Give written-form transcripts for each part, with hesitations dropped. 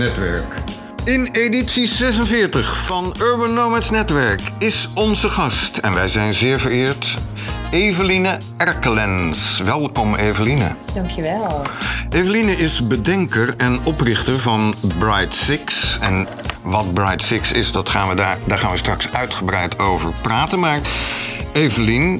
Netwerk. In editie 46 van Urban Nomads Netwerk is onze gast, en wij zijn zeer vereerd, Eveline Erkelens. Welkom, Eveline. Dankjewel. Eveline is bedenker en oprichter van Bright Six. En wat Bright Six is, daar gaan we straks uitgebreid over praten. Maar Eveline,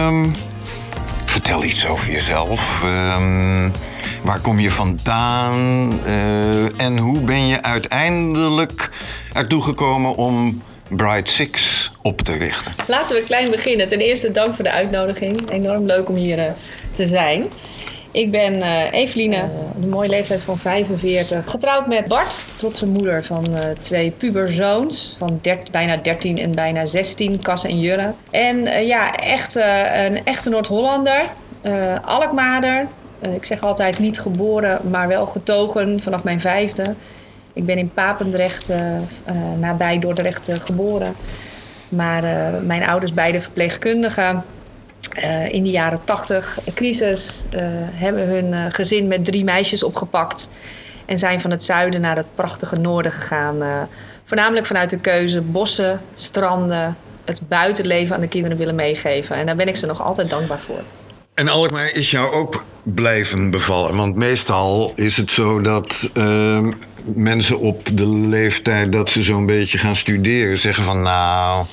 vertel iets over jezelf. Waar kom je vandaan? En hoe ben je uiteindelijk ertoe gekomen om Bright Six op te richten? Laten we klein beginnen. Ten eerste dank voor de uitnodiging. Enorm leuk om hier te zijn. Ik ben Eveline, een mooie leeftijd van 45. Getrouwd met Bart, trotse moeder van 2 puberzoons. Van bijna 13 en bijna 16, Cas en Jurre. En een echte Noord-Hollander. Alkmaarder. Ik zeg altijd niet geboren, maar wel getogen vanaf mijn 5e. Ik ben in Papendrecht, nabij Dordrecht, geboren. Maar mijn ouders, beide verpleegkundigen. In de jaren 80, crisis, hebben hun gezin met 3 meisjes opgepakt. En zijn van het zuiden naar het prachtige noorden gegaan. Voornamelijk vanuit de keuze bossen, stranden, het buitenleven aan de kinderen willen meegeven. En daar ben ik ze nog altijd dankbaar voor. En Alkmaar is jou ook blijven bevallen. Want meestal is het zo dat mensen op de leeftijd dat ze zo'n beetje gaan studeren zeggen van nou...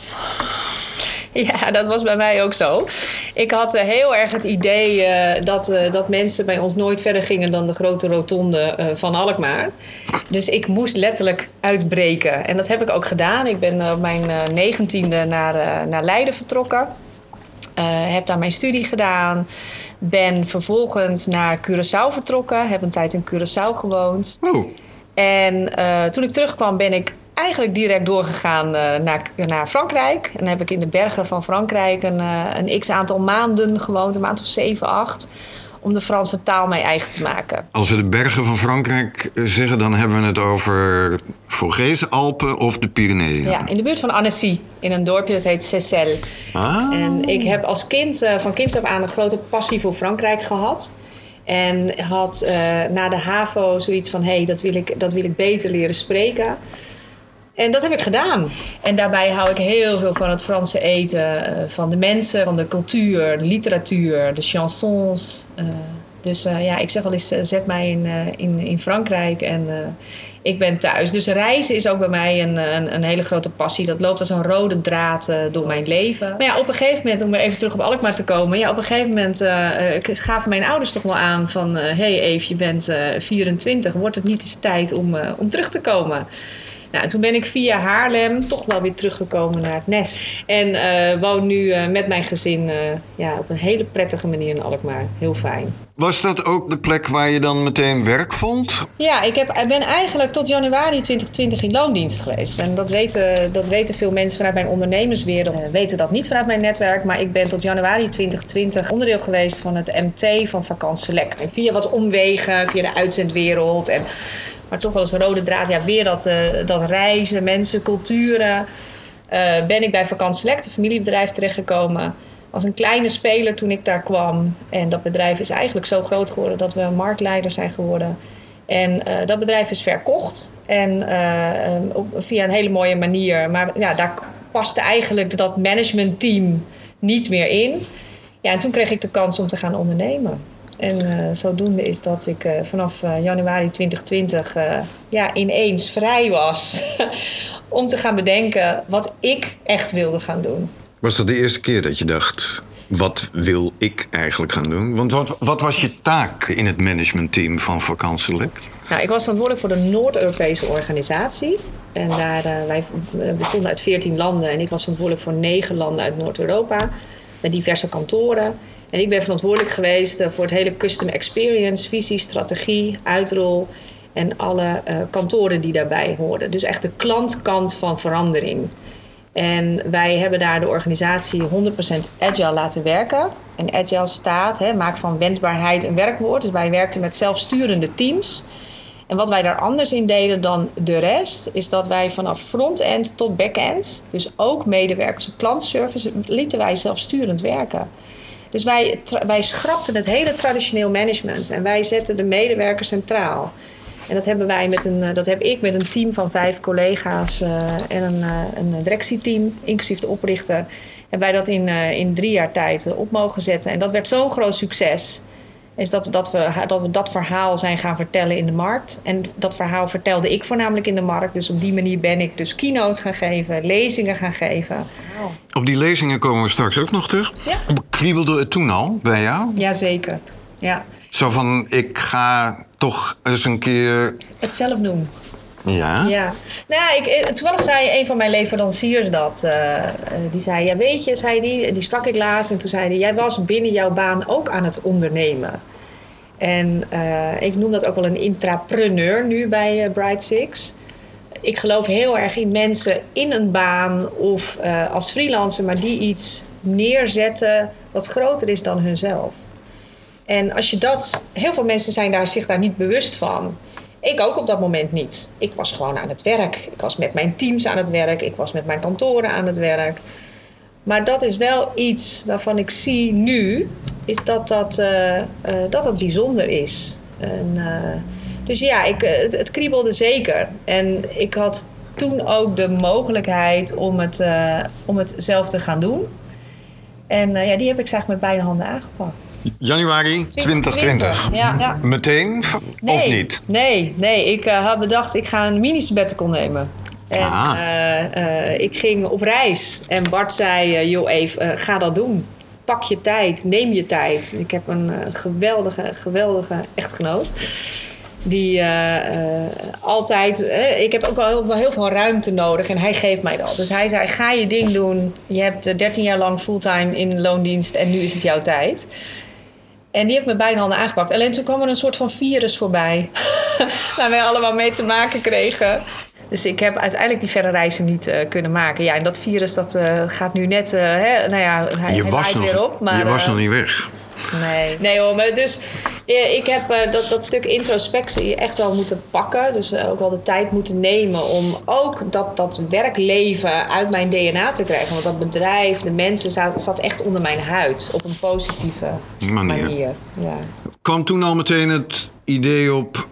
Ja, dat was bij mij ook zo. Ik had heel erg het idee dat mensen bij ons nooit verder gingen dan de grote rotonde van Alkmaar. Dus ik moest letterlijk uitbreken. En dat heb ik ook gedaan. Ik ben op mijn 19e naar Leiden vertrokken. Heb daar mijn studie gedaan. Ben vervolgens naar Curaçao vertrokken. Heb een tijd in Curaçao gewoond. Oh. En toen ik terugkwam ben ik eigenlijk direct doorgegaan naar Frankrijk. En dan heb ik in de bergen van Frankrijk een x-aantal maanden gewoond. Een maand of 7, 8. Om de Franse taal mij eigen te maken. Als we de bergen van Frankrijk zeggen, dan hebben we het over Vogese Alpen of de Pyreneeën. Ja, in de buurt van Annecy. In een dorpje dat heet Seyssel. Ah. En ik heb als kind, van kinds af aan, een grote passie voor Frankrijk gehad. En had na de HAVO zoiets van, dat wil ik beter leren spreken. En dat heb ik gedaan. En daarbij hou ik heel veel van het Franse eten. Van de mensen, van de cultuur, de literatuur, de chansons. Ik zeg wel eens, zet mij in Frankrijk en ik ben thuis. Dus reizen is ook bij mij een hele grote passie. Dat loopt als een rode draad door mijn leven. Maar ja, op een gegeven moment, om weer even terug op Alkmaar te komen. Ja, op een gegeven moment gaven mijn ouders toch wel aan van... Hey Eve, je bent 24. Wordt het niet eens tijd om terug te komen? Nou, toen ben ik via Haarlem toch wel weer teruggekomen naar het nest. En woon nu met mijn gezin op een hele prettige manier in Alkmaar. Heel fijn. Was dat ook de plek waar je dan meteen werk vond? Ja, ik ben eigenlijk tot januari 2020 in loondienst geweest. En dat weten veel mensen vanuit mijn ondernemerswereld. Weten dat niet vanuit mijn netwerk. Maar ik ben tot januari 2020 onderdeel geweest van het MT van Vakant Select. En via wat omwegen, via de uitzendwereld maar toch wel als rode draad, weer dat reizen, mensen, culturen. Ben ik bij Vakant Select, een familiebedrijf, terechtgekomen. Was een kleine speler toen ik daar kwam. En dat bedrijf is eigenlijk zo groot geworden dat we marktleider zijn geworden. En dat bedrijf is verkocht. En via een hele mooie manier. Maar ja, daar paste eigenlijk dat managementteam niet meer in. Ja, en toen kreeg ik de kans om te gaan ondernemen. En zodoende is dat ik vanaf januari 2020 ineens vrij was om te gaan bedenken wat ik echt wilde gaan doen. Was dat de eerste keer dat je dacht, wat wil ik eigenlijk gaan doen? Want wat was je taak in het managementteam van Vakant Select? Nou, ik was verantwoordelijk voor de Noord-Europese organisatie. En wij bestonden uit 14 landen en ik was verantwoordelijk voor 9 landen uit Noord-Europa. Met diverse kantoren. En ik ben verantwoordelijk geweest voor het hele custom experience, visie, strategie, uitrol en alle kantoren die daarbij hoorden. Dus echt de klantkant van verandering. En wij hebben daar de organisatie 100% agile laten werken. En agile staat, maak van wendbaarheid een werkwoord. Dus wij werkten met zelfsturende teams. En wat wij daar anders in deden dan de rest, is dat wij vanaf front-end tot back-end, dus ook medewerkers op klantservice, lieten wij zelfsturend werken. Dus wij schrapten het hele traditioneel management en wij zetten de medewerker centraal. En dat heb ik met een team van 5 collega's en een directieteam, inclusief de oprichter, hebben wij dat in 3 jaar tijd op mogen zetten. En dat werd zo'n groot succes. Is dat we dat verhaal zijn gaan vertellen in de markt. En dat verhaal vertelde ik voornamelijk in de markt. Dus op die manier ben ik dus keynotes gaan geven, lezingen gaan geven. Wow. Op die lezingen komen we straks ook nog terug. Ja. Kriebelde het toen al bij jou? Jazeker, ja. Zo van, ik ga toch eens een keer... Het zelf doen. Ja? Ja. Nou ja, toevallig zei een van mijn leveranciers dat. Die zei, ja weet je, zei die sprak ik laatst. En toen zei hij, jij was binnen jouw baan ook aan het ondernemen. En ik noem dat ook wel een intrapreneur nu bij Bright Six. Ik geloof heel erg in mensen in een baan of als freelancer, maar die iets neerzetten wat groter is dan hunzelf. En als je heel veel mensen zijn zich daar niet bewust van. Ik ook op dat moment niet. Ik was gewoon aan het werk. Ik was met mijn teams aan het werk. Ik was met mijn kantoren aan het werk. Maar dat is wel iets waarvan ik zie nu, is dat bijzonder is. En, dus ja, het kriebelde zeker. En ik had toen ook de mogelijkheid om het zelf te gaan doen. En die heb ik eigenlijk met beide handen aangepakt. Januari 2020. Ja. Meteen of niet? Nee. Ik had bedacht, ik ga een mini-sabbatical nemen. En ik ging op reis. En Bart zei, joh Eve, ga dat doen. Pak je tijd, neem je tijd. Ik heb een geweldige echtgenoot. Die altijd... ik heb ook wel heel veel ruimte nodig. En hij geeft mij dat. Dus hij zei, ga je ding doen. Je hebt 13 jaar lang fulltime in loondienst. En nu is het jouw tijd. En die heeft me beide handen aangepakt. Alleen toen kwam er een soort van virus voorbij. Waar wij allemaal mee te maken kregen. Dus ik heb uiteindelijk die verre reizen niet kunnen maken. Ja, en dat virus dat gaat nu net... hij waait weer op. Maar, je was nog niet weg. Nee hoor. Maar dus ik heb dat stuk introspectie echt wel moeten pakken. Dus ook wel de tijd moeten nemen om ook dat werkleven uit mijn DNA te krijgen. Want dat bedrijf, de mensen, zat echt onder mijn huid. Op een positieve manier. Ja. Kwam toen al meteen het idee op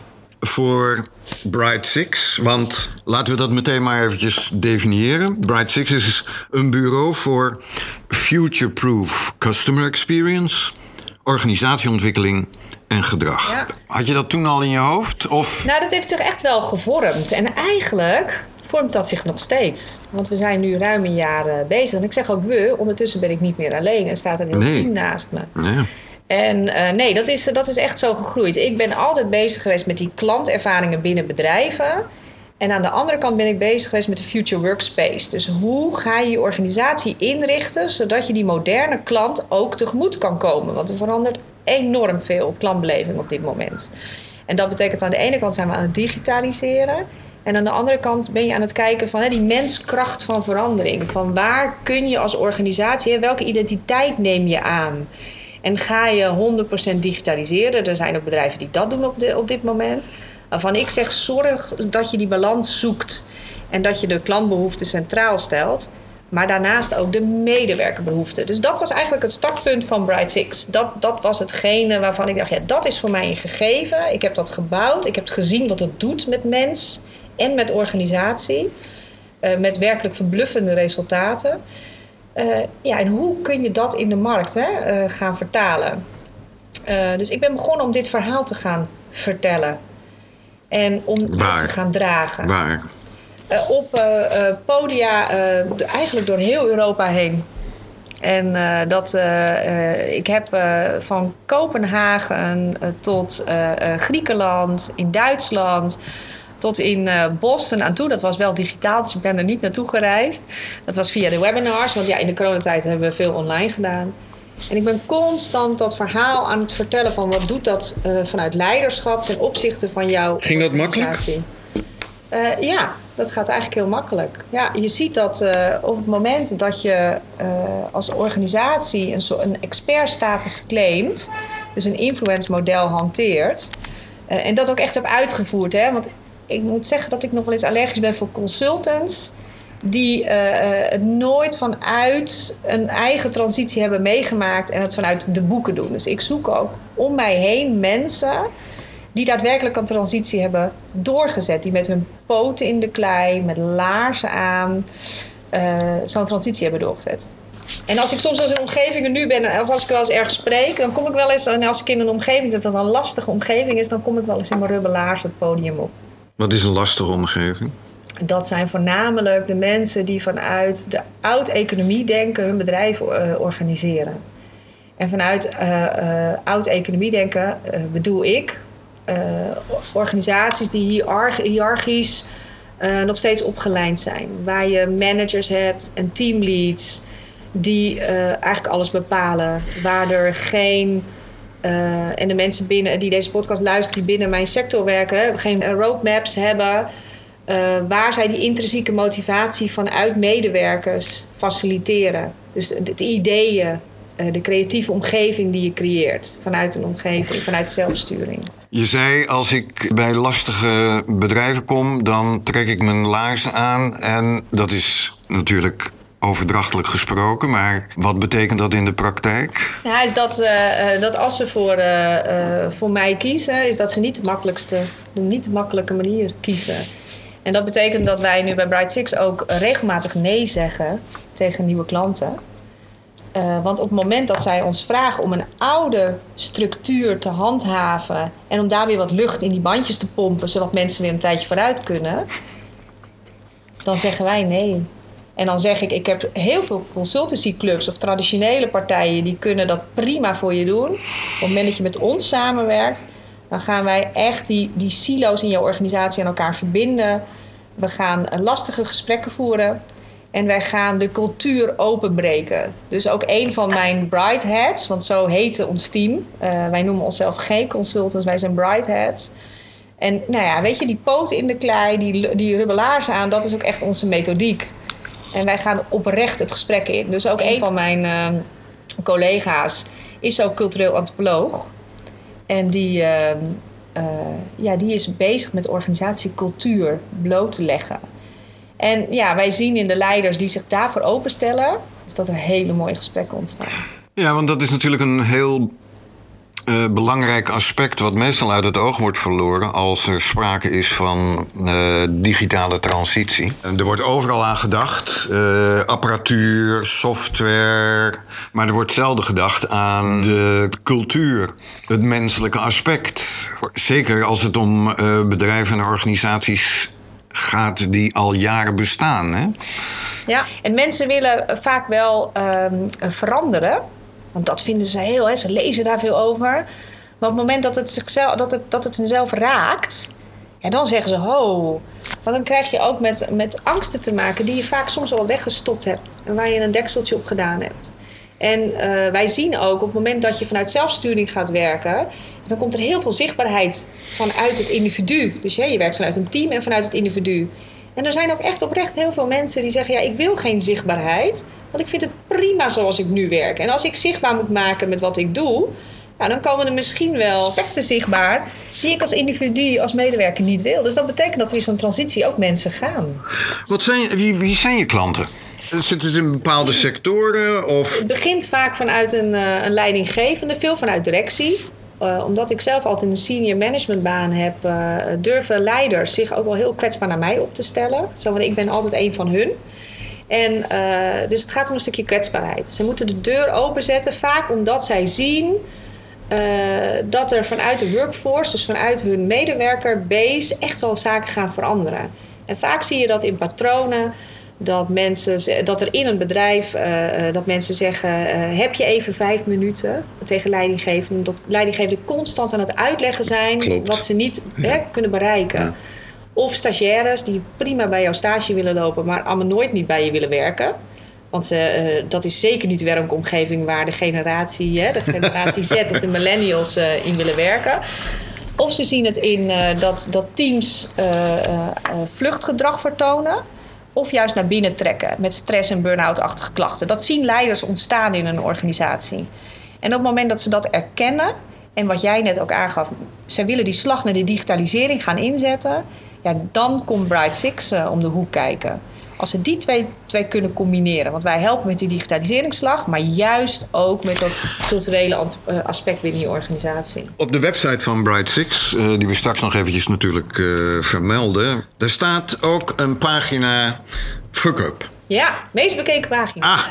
voor Bright Six? Want laten we dat meteen maar eventjes definiëren. Bright Six is een bureau voor future-proof customer experience, organisatieontwikkeling en gedrag. Ja. Had je dat toen al in je hoofd? Of? Nou, dat heeft zich echt wel gevormd. En eigenlijk vormt dat zich nog steeds. Want we zijn nu ruim een jaar bezig. En ik zeg ook we, ondertussen ben ik niet meer alleen. Er staat een heel team naast me. Ja. En dat is echt zo gegroeid. Ik ben altijd bezig geweest met die klantervaringen binnen bedrijven. En aan de andere kant ben ik bezig geweest met de future workspace. Dus hoe ga je je organisatie inrichten zodat je die moderne klant ook tegemoet kan komen? Want er verandert enorm veel op klantbeleving op dit moment. En dat betekent aan de ene kant zijn we aan het digitaliseren. En aan de andere kant ben je aan het kijken van die menskracht van verandering. Van waar kun je als organisatie, welke identiteit neem je aan? En ga je 100% digitaliseren? Er zijn ook bedrijven die dat doen op dit moment. Waarvan ik zeg, zorg dat je die balans zoekt. En dat je de klantbehoeften centraal stelt. Maar daarnaast ook de medewerkerbehoeften. Dus dat was eigenlijk het startpunt van Bright Six. Dat was hetgene waarvan ik dacht, ja, dat is voor mij een gegeven. Ik heb dat gebouwd. Ik heb gezien wat het doet met mens en met organisatie. Met werkelijk verbluffende resultaten. En hoe kun je dat in de markt gaan vertalen? Dus ik ben begonnen om dit verhaal te gaan vertellen. En om het te gaan dragen. Waar? Op podia eigenlijk door heel Europa heen. En ik heb van Kopenhagen tot Griekenland, in Duitsland, tot in Boston aan toe. Dat was wel digitaal, dus ik ben er niet naartoe gereisd. Dat was via de webinars, want ja, in de coronatijd hebben we veel online gedaan. En ik ben constant dat verhaal aan het vertellen van wat doet dat vanuit leiderschap ten opzichte van jouw Ging dat makkelijk? Ja, dat gaat eigenlijk heel makkelijk. Ja, je ziet dat op het moment dat je als organisatie een expertstatus claimt, dus een influence model hanteert, en dat ook echt heb uitgevoerd. Hè? Want ik moet zeggen dat ik nog wel eens allergisch ben voor consultants die het nooit vanuit een eigen transitie hebben meegemaakt en het vanuit de boeken doen. Dus ik zoek ook om mij heen mensen die daadwerkelijk een transitie hebben doorgezet. Die met hun poten in de klei, met laarzen aan, zo'n transitie hebben doorgezet. En als ik soms als in omgevingen nu ben, of als ik wel eens ergens spreek, dan kom ik wel eens, en als ik in een omgeving dat een lastige omgeving is, dan kom ik wel eens in mijn rubberlaars het podium op. Wat is een lastige omgeving? Dat zijn voornamelijk de mensen die vanuit de oud-economie denken hun bedrijf organiseren. En vanuit oud-economie denken bedoel ik organisaties die hiërarchisch nog steeds opgelijnd zijn. Waar je managers hebt en teamleads die eigenlijk alles bepalen. Waar er geen... en de mensen binnen die deze podcast luisteren die binnen mijn sector werken, geen roadmaps hebben. Waar zij die intrinsieke motivatie vanuit medewerkers faciliteren. Dus de ideeën, de creatieve omgeving die je creëert vanuit een omgeving, vanuit zelfsturing. Je zei, als ik bij lastige bedrijven kom, dan trek ik mijn laarzen aan. En dat is natuurlijk overdrachtelijk gesproken, maar wat betekent dat in de praktijk? Ja, is dat als ze voor mij kiezen, is dat ze niet de makkelijke manier kiezen. En dat betekent dat wij nu bij Bright Six ook regelmatig nee zeggen tegen nieuwe klanten. Want op het moment dat zij ons vragen om een oude structuur te handhaven en om daar weer wat lucht in die bandjes te pompen, zodat mensen weer een tijdje vooruit kunnen, dan zeggen wij nee. En dan zeg ik heb heel veel consultancyclubs of traditionele partijen die kunnen dat prima voor je doen. Op het moment dat je met ons samenwerkt, dan gaan wij echt die silo's in jouw organisatie aan elkaar verbinden. We gaan lastige gesprekken voeren. En wij gaan de cultuur openbreken. Dus ook een van mijn Bright Hats, want zo heette ons team. Wij noemen onszelf geen consultants, wij zijn Bright Hats. En nou ja, weet je, die poten in de klei, die rubberlaarzen aan, dat is ook echt onze methodiek. En wij gaan oprecht het gesprek in. Dus ook een van mijn collega's is ook cultureel antropoloog. En die is bezig met organisatiecultuur bloot te leggen. En ja, wij zien in de leiders die zich daarvoor openstellen, is dat er hele mooie gesprekken ontstaan. Ja, want dat is natuurlijk een heel belangrijk aspect wat meestal uit het oog wordt verloren als er sprake is van digitale transitie. Er wordt overal aan gedacht, apparatuur, software, maar er wordt zelden gedacht aan de cultuur, het menselijke aspect. Zeker als het om bedrijven en organisaties gaat die al jaren bestaan, hè? Ja, en mensen willen vaak wel veranderen. Want dat vinden ze heel, hè, ze lezen daar veel over. Maar op het moment dat het hunzelf raakt, ja, dan zeggen ze ho. Want dan krijg je ook met angsten te maken die je vaak soms al weggestopt hebt. En waar je een dekseltje op gedaan hebt. En wij zien ook op het moment dat je vanuit zelfsturing gaat werken, dan komt er heel veel zichtbaarheid vanuit het individu. Dus je werkt vanuit een team en vanuit het individu. En er zijn ook echt oprecht heel veel mensen die zeggen, ja, ik wil geen zichtbaarheid, want ik vind het prima zoals ik nu werk. En als ik zichtbaar moet maken met wat ik doe, nou, dan komen er misschien wel aspecten zichtbaar die ik als individu, als medewerker niet wil. Dus dat betekent dat er in zo'n transitie ook mensen gaan. Wie zijn je klanten? Zit het in bepaalde sectoren? Of? Het begint vaak vanuit een leidinggevende, veel vanuit directie. Omdat ik zelf altijd een senior managementbaan heb, durven leiders zich ook wel heel kwetsbaar naar mij op te stellen. Zo, want ik ben altijd een van hun. En dus het gaat om een stukje kwetsbaarheid. Ze moeten de deur openzetten, vaak omdat zij zien dat er vanuit de workforce, dus vanuit hun medewerkerbase, echt wel zaken gaan veranderen. En vaak zie je dat in patronen. Dat er in een bedrijf, dat mensen zeggen, heb je even 5 minuten tegen leidinggevenden. Dat leidinggevenden constant aan het uitleggen zijn. Klopt. Wat ze niet kunnen bereiken. Ja. Of stagiaires die prima bij jouw stage willen lopen, maar allemaal nooit niet bij je willen werken. Want dat is zeker niet de werkomgeving waar de generatie Z of de millennials in willen werken. Of ze zien het in dat teams vluchtgedrag vertonen. Of juist naar binnen trekken met stress- en burn-out-achtige klachten. Dat zien leiders ontstaan in een organisatie. En op het moment dat ze dat erkennen, en wat jij net ook aangaf, zij willen die slag naar de digitalisering gaan inzetten, ja, dan komt Bright Six om de hoek kijken. Als ze die twee kunnen combineren. Want wij helpen met die digitaliseringsslag, maar juist ook met dat culturele aspect binnen je organisatie. Op de website van Bright Six, die we straks nog eventjes natuurlijk vermelden, daar staat ook een pagina Fuck Up. Ja, meest bekeken pagina. Ah.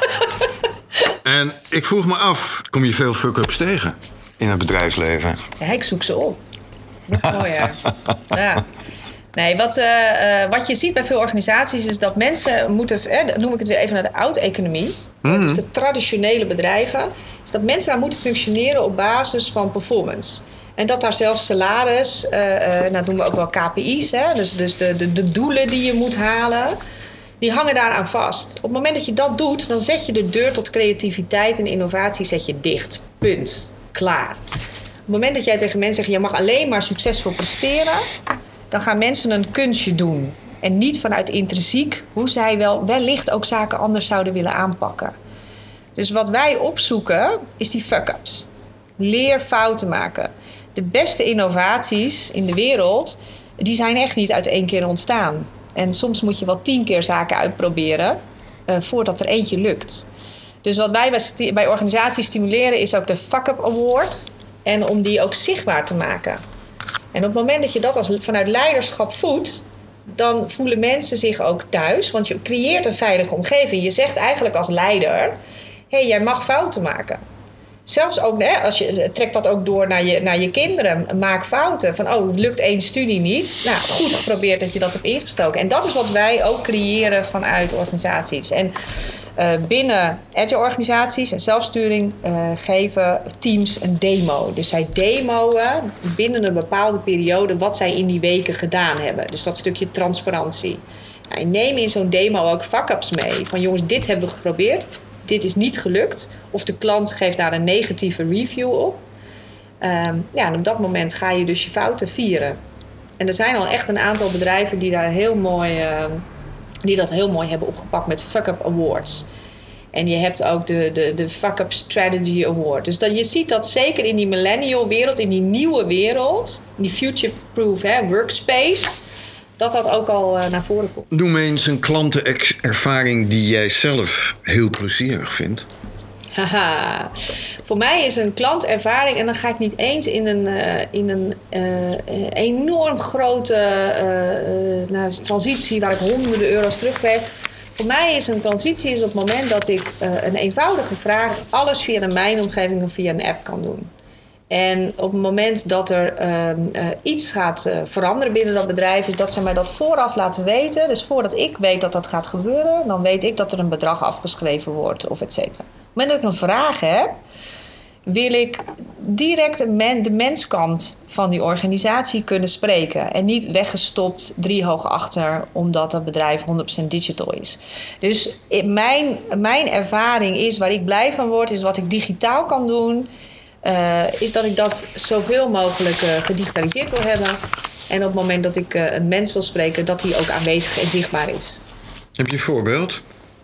En ik vroeg me af, kom je veel fuck-ups tegen in het bedrijfsleven? Ja, ik zoek ze op. Nog mooier. Ja. Nee, wat je ziet bij veel organisaties is dat mensen moeten, dan noem ik het weer even naar de oud-economie, dus de traditionele bedrijven, is dat mensen daar moeten functioneren op basis van performance. En dat daar zelfs salaris, dat noemen we ook wel KPI's, hè? Dus de doelen die je moet halen, die hangen daaraan vast. Op het moment dat je dat doet, dan zet je de deur tot creativiteit en innovatie zet je dicht. Punt. Klaar. Op het moment dat jij tegen mensen zegt, je mag alleen maar succesvol presteren, dan gaan mensen een kunstje doen. En niet vanuit intrinsiek hoe zij wellicht ook zaken anders zouden willen aanpakken. Dus wat wij opzoeken, is die fuck-ups. Leer fouten maken. De beste innovaties in de wereld, die zijn echt niet uit 1 keer ontstaan. En soms moet je wel 10 keer zaken uitproberen voordat er eentje lukt. Dus wat wij bij organisaties stimuleren is ook de Fuck Up Award. En om die ook zichtbaar te maken. En op het moment dat je dat vanuit leiderschap voedt, dan voelen mensen zich ook thuis. Want je creëert een veilige omgeving. Je zegt eigenlijk als leider, hey, jij mag fouten maken. Zelfs ook, als je trekt dat ook door naar je kinderen. Maak fouten. Van, het lukt 1 studie niet. Nou, goed geprobeerd dat je dat hebt ingestoken. En dat is wat wij ook creëren vanuit organisaties. En binnen agile organisaties en zelfsturing geven teams een demo. Dus zij demoen binnen een bepaalde periode wat zij in die weken gedaan hebben. Dus dat stukje transparantie. Nou, en neem in zo'n demo ook fuck-ups mee. Van jongens, dit hebben we geprobeerd. Dit is niet gelukt. Of de klant geeft daar een negatieve review op. En op dat moment ga je dus je fouten vieren. En er zijn al echt een aantal bedrijven die daar die dat heel mooi hebben opgepakt met Fuck Up Awards. En je hebt ook de Fuck Up Strategy Award. Dus je ziet dat zeker in die millennial wereld, in die nieuwe wereld, in die future-proof workspace, dat ook al naar voren komt. Noem eens een klantenervaring die jij zelf heel plezierig vindt. Haha. Voor mij is een klantervaring, en dan ga ik niet eens in een enorm grote transitie waar ik honderden euro's terugkrijg. Voor mij is een transitie op het moment dat ik een eenvoudige vraag alles via een mijnomgeving of via een app kan doen. En op het moment dat er iets gaat veranderen binnen dat bedrijf, is dat ze mij dat vooraf laten weten. Dus voordat ik weet dat dat gaat gebeuren, dan weet ik dat er een bedrag afgeschreven wordt of et cetera. Op het moment dat ik een vraag heb, wil ik direct de menskant van die organisatie kunnen spreken. En niet weggestopt 3 hoog achter, omdat dat bedrijf 100% digital is. Dus mijn ervaring is, waar ik blij van word, is wat ik digitaal kan doen. Is dat ik dat zoveel mogelijk gedigitaliseerd wil hebben. En op het moment dat ik een mens wil spreken, dat die ook aanwezig en zichtbaar is. Heb je een voorbeeld?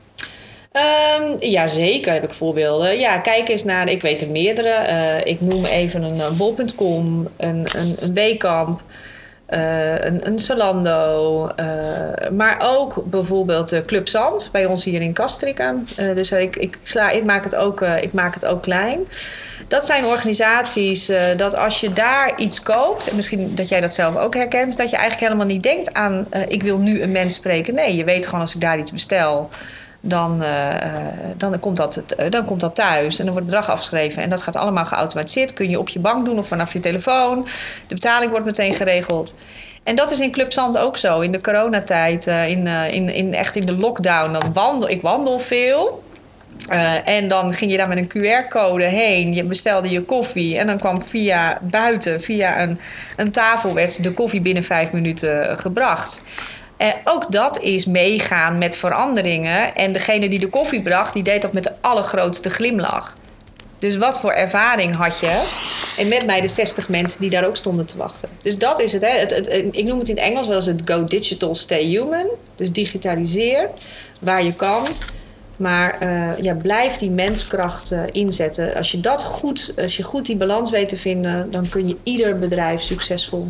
Jazeker heb ik voorbeelden. Ja, kijk eens naar, ik weet er meerdere. Ik noem even een bol.com, een Wekamp, een Zalando. Maar ook bijvoorbeeld Club Zand bij ons hier in Castricum. Dus ik maak het ook klein. Dat zijn organisaties dat als je daar iets koopt, en misschien dat jij dat zelf ook herkent, dat je eigenlijk helemaal niet denkt aan ik wil nu een mens spreken. Nee, je weet gewoon als ik daar iets bestel, dan komt dat thuis en dan wordt het bedrag afgeschreven. En dat gaat allemaal geautomatiseerd. Kun je op je bank doen of vanaf je telefoon. De betaling wordt meteen geregeld. En dat is in Club Zand ook zo. In de coronatijd, echt in de lockdown, ik wandel veel. En dan ging je daar met een QR-code heen. Je bestelde je koffie. En dan kwam via een tafel werd de koffie binnen 5 minuten gebracht. Ook dat is meegaan met veranderingen. En degene die de koffie bracht, die deed dat met de allergrootste glimlach. Dus wat voor ervaring had je? En met mij de 60 mensen die daar ook stonden te wachten. Dus dat is het. Ik noem het in het Engels wel eens het go digital, stay human. Dus digitaliseer waar je kan. Maar blijf die menskracht inzetten. Als je goed die balans weet te vinden, dan kun je ieder bedrijf succesvol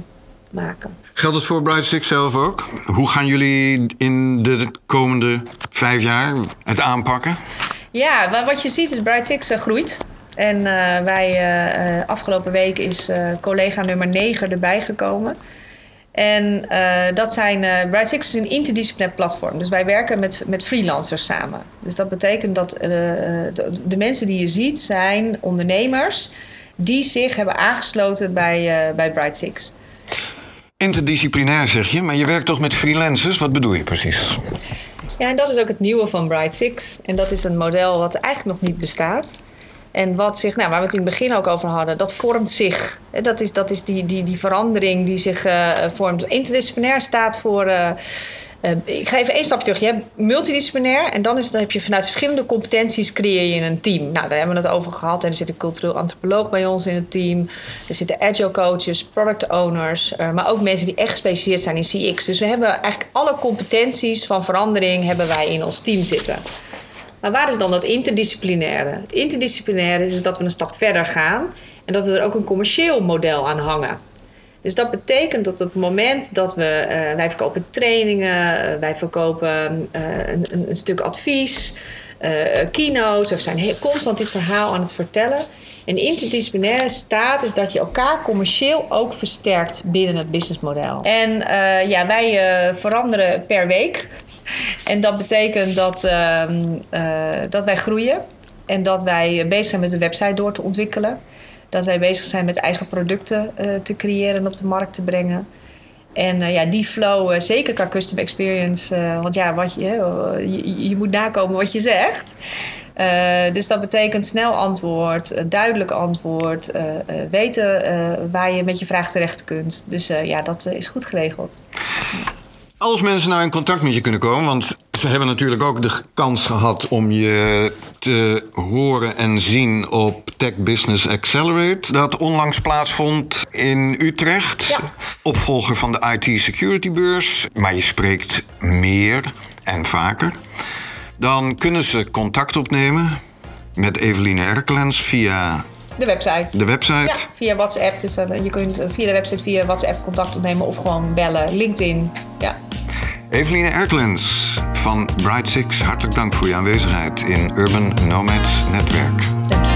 maken. Geldt het voor Bright Six zelf ook? Hoe gaan jullie in de komende 5 jaar het aanpakken? Ja, maar wat je ziet is Bright Six groeit. En afgelopen week is collega nummer 9 erbij gekomen. En dat zijn Bright Six is een interdisciplinair platform. Dus wij werken met freelancers samen. Dus dat betekent dat de mensen die je ziet zijn ondernemers die zich hebben aangesloten bij Bright Six. Interdisciplinair zeg je, maar je werkt toch met freelancers? Wat bedoel je precies? Ja, en dat is ook het nieuwe van Bright Six. En dat is een model wat eigenlijk nog niet bestaat. En waar we het in het begin ook over hadden, dat vormt zich. Dat is die verandering die zich vormt. Interdisciplinair staat voor... ik ga even 1 stapje terug. Je hebt multidisciplinair en dan heb je vanuit verschillende competenties creëer je een team. Nou, daar hebben we het over gehad. En er zit een cultureel antropoloog bij ons in het team. Er zitten agile coaches, product owners, maar ook mensen die echt gespecialiseerd zijn in CX. Dus we hebben eigenlijk alle competenties van verandering hebben wij in ons team zitten. Maar waar is dan dat interdisciplinaire? Het interdisciplinaire is dat we een stap verder gaan en dat we er ook een commercieel model aan hangen. Dus dat betekent dat op het moment dat wij verkopen trainingen, wij verkopen een stuk advies, keynotes, we zijn constant dit verhaal aan het vertellen. En interdisciplinaire staat is dat je elkaar commercieel ook versterkt binnen het businessmodel. En wij veranderen per week. En dat betekent dat wij groeien en dat wij bezig zijn met de website door te ontwikkelen. Dat wij bezig zijn met eigen producten te creëren en op de markt te brengen. En die flow, zeker qua custom experience. Want je moet nakomen wat je zegt. Dus dat betekent snel antwoord, duidelijk antwoord. Weten waar je met je vraag terecht kunt. Dus dat is goed geregeld. Als mensen nou in contact met je kunnen komen, want ze hebben natuurlijk ook de kans gehad om je te horen en zien op Tech Business Accelerate, dat onlangs plaatsvond in Utrecht. Ja. Opvolger van de IT Security Beurs, maar je spreekt meer en vaker. Dan kunnen ze contact opnemen met Eveline Erkelens via... De website. Ja, via WhatsApp. Dus je kunt via de website, via WhatsApp contact opnemen of gewoon bellen. LinkedIn, ja. Eveline Erkelens van Bright Six, hartelijk dank voor je aanwezigheid in Urban Nomads Netwerk. Dank je.